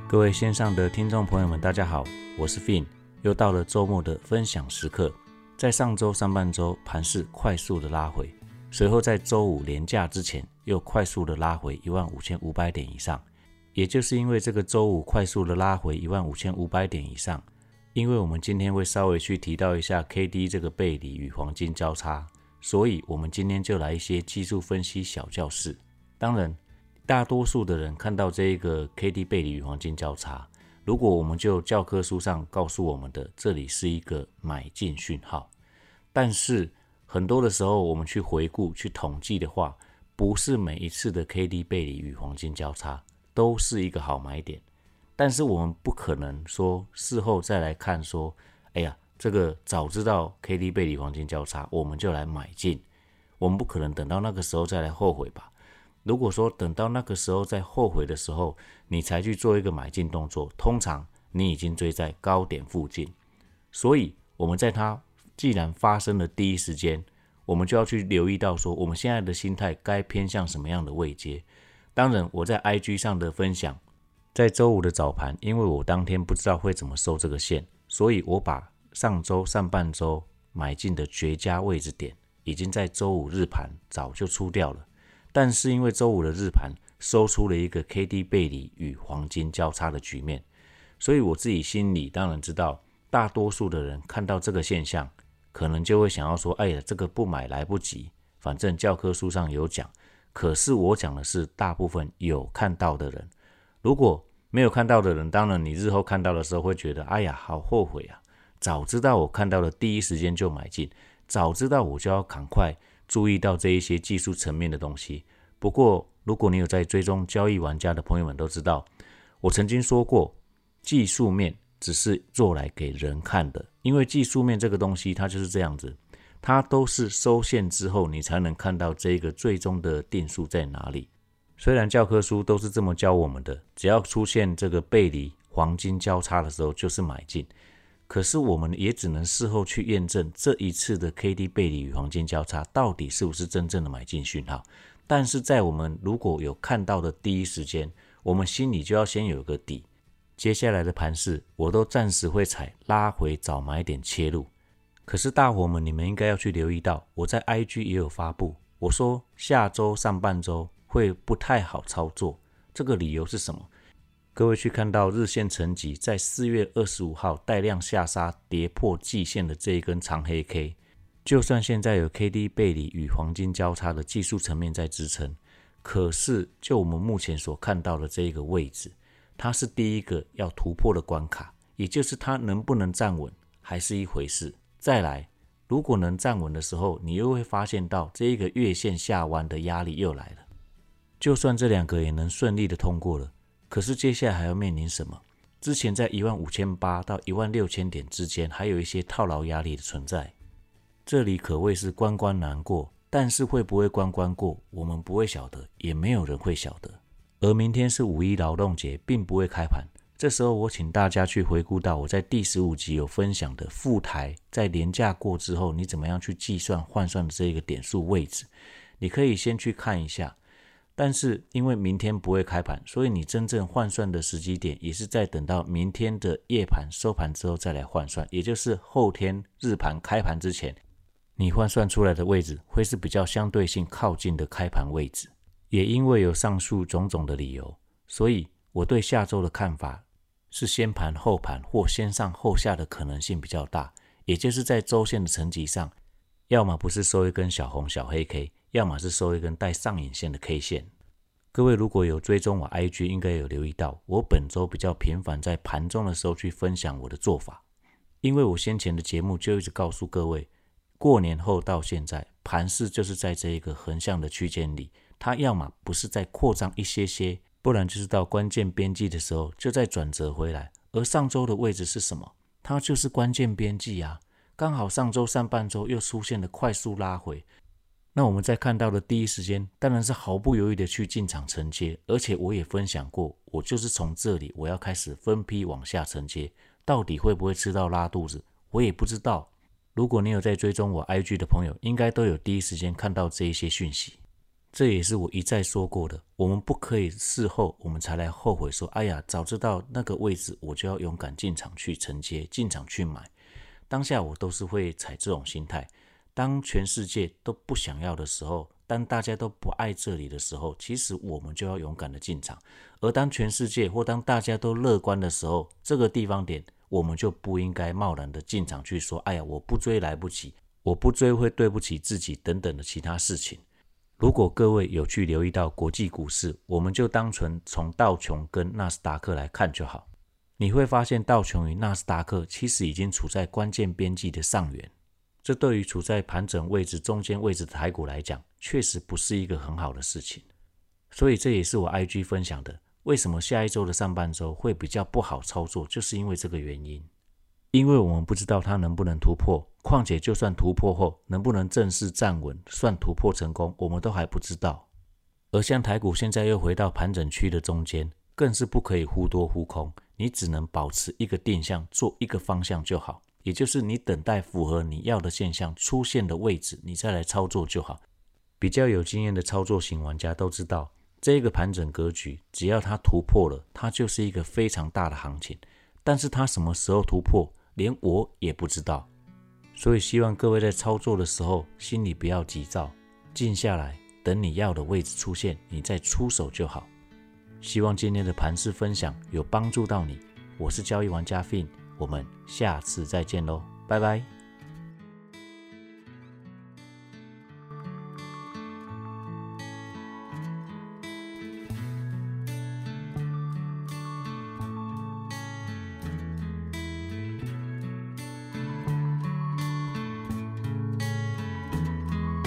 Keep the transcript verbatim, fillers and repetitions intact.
各位线上的听众朋友们，大家好，我是 Fin， 又到了周末的分享时刻。在上周上半周盘势快速的拉回，随后在周五连假之前又快速的拉回一万五千五百点以上。也就是因为这个周五快速的拉回一万五千五百点以上，因为我们今天会稍微去提到一下 K D 这个背离与黄金交叉，所以我们今天就来一些技术分析小教室。当然大多数的人看到这个 K D 背离与黄金交叉，如果我们就教科书上告诉我们的，这里是一个买进讯号，但是很多的时候我们去回顾去统计的话，不是每一次的 K D 背离与黄金交叉都是一个好买点，但是我们不可能说事后再来看说，哎呀，这个早知道 K D 背离黄金交叉我们就来买进，我们不可能等到那个时候再来后悔吧。如果说等到那个时候再后悔的时候，你才去做一个买进动作，通常你已经追在高点附近。所以我们在它既然发生的第一时间，我们就要去留意到说，我们现在的心态该偏向什么样的位阶。当然我在 I G 上的分享，在周五的早盘，因为我当天不知道会怎么收这个线，所以我把上周上半周买进的绝佳位置点已经在周五日盘早就出掉了。但是因为周五的日盘收出了一个 K D 背离与黄金交叉的局面，所以我自己心里当然知道，大多数的人看到这个现象，可能就会想要说，哎呀，这个不买来不及，反正教科书上有讲。可是我讲的是大部分有看到的人，如果没有看到的人，当然你日后看到的时候会觉得，哎呀，好后悔啊，早知道我看到的第一时间就买进，早知道我就要赶快注意到这一些技术层面的东西。不过如果你有在追踪交易玩家的朋友们都知道，我曾经说过，技术面只是做来给人看的，因为技术面这个东西它就是这样子，它都是收线之后你才能看到这个最终的定数在哪里。虽然教科书都是这么教我们的，只要出现这个背离黄金交叉的时候就是买进，可是我们也只能事后去验证这一次的 K D 背离与黄金交叉到底是不是真正的买进讯号。但是在我们如果有看到的第一时间，我们心里就要先有个底，接下来的盘势我都暂时会采拉回早买点切入。可是大伙们，你们应该要去留意到，我在 I G 也有发布，我说下周上半周会不太好操作，这个理由是什么？各位去看到日线成级在四月二十五号带量下杀跌破季线的这一根长黑 K， 就算现在有 K D 背离与黄金交叉的技术层面在支撑，可是就我们目前所看到的这一个位置，它是第一个要突破的关卡，也就是它能不能站稳还是一回事。再来，如果能站稳的时候，你又会发现到这一个月线下弯的压力又来了。就算这两个也能顺利的通过了，可是接下来还要面临什么？之前在一万五千八到一万六千点之间还有一些套牢压力的存在，这里可谓是关关难过，但是会不会关关过，我们不会晓得，也没有人会晓得。而明天是五一劳动节，并不会开盘，这时候我请大家去回顾到我在第十五集有分享的富台在连假过之后你怎么样去计算换算的这个点数位置，你可以先去看一下。但是因为明天不会开盘，所以你真正换算的时机点也是在等到明天的夜盘收盘之后再来换算，也就是后天日盘开盘之前，你换算出来的位置会是比较相对性靠近的开盘位置。也因为有上述种种的理由，所以我对下周的看法是先盘后盘或先上后下的可能性比较大，也就是在周线的层级上，要么不是收一根小红小黑 K， 要么是收一根带上影线的 K 线。各位如果有追踪我 I G 应该有留意到，我本周比较频繁在盘中的时候去分享我的做法，因为我先前的节目就一直告诉各位，过年后到现在盘势就是在这一个横向的区间里，它要么不是在扩张一些些，不然就是到关键边际的时候就再转折回来。而上周的位置是什么？它就是关键边际啊，刚好上周上半周又出现了快速拉回，那我们在看到的第一时间当然是毫不犹豫的去进场承接，而且我也分享过，我就是从这里我要开始分批往下承接，到底会不会吃到拉肚子我也不知道。如果你有在追踪我 I G 的朋友，应该都有第一时间看到这一些讯息。 这也是我一再说过的，我们不可以事后我们才来后悔说，哎呀，早知道那个位置我就要勇敢进场去承接，进场去买。当下我都是会采这种心态，当全世界都不想要的时候，当大家都不爱这里的时候，其实我们就要勇敢的进场。而当全世界或当大家都乐观的时候，这个地方点我们就不应该贸然的进场去说，哎呀，我不追来不及，我不追会对不起自己等等的其他事情。如果各位有去留意到国际股市，我们就单纯从道琼跟纳斯达克来看就好。你会发现道琼与纳斯达克其实已经处在关键边际的上缘，这对于处在盘整位置中间位置的台股来讲，确实不是一个很好的事情。所以这也是我 I G 分享的，为什么下一周的上半周会比较不好操作，就是因为这个原因。因为我们不知道它能不能突破，况且就算突破后能不能正式站稳，算突破成功，我们都还不知道。而像台股现在又回到盘整区的中间，更是不可以忽多忽空，你只能保持一个定向，做一个方向就好，也就是你等待符合你要的现象出现的位置，你再来操作就好。比较有经验的操作型玩家都知道，这个盘整格局只要它突破了，它就是一个非常大的行情，但是它什么时候突破连我也不知道。所以希望各位在操作的时候心里不要急躁，静下来，等你要的位置出现，你再出手就好。希望今天的盘势分享有帮助到你，我是交易玩家 Fin， 我们下次再见咯，拜拜。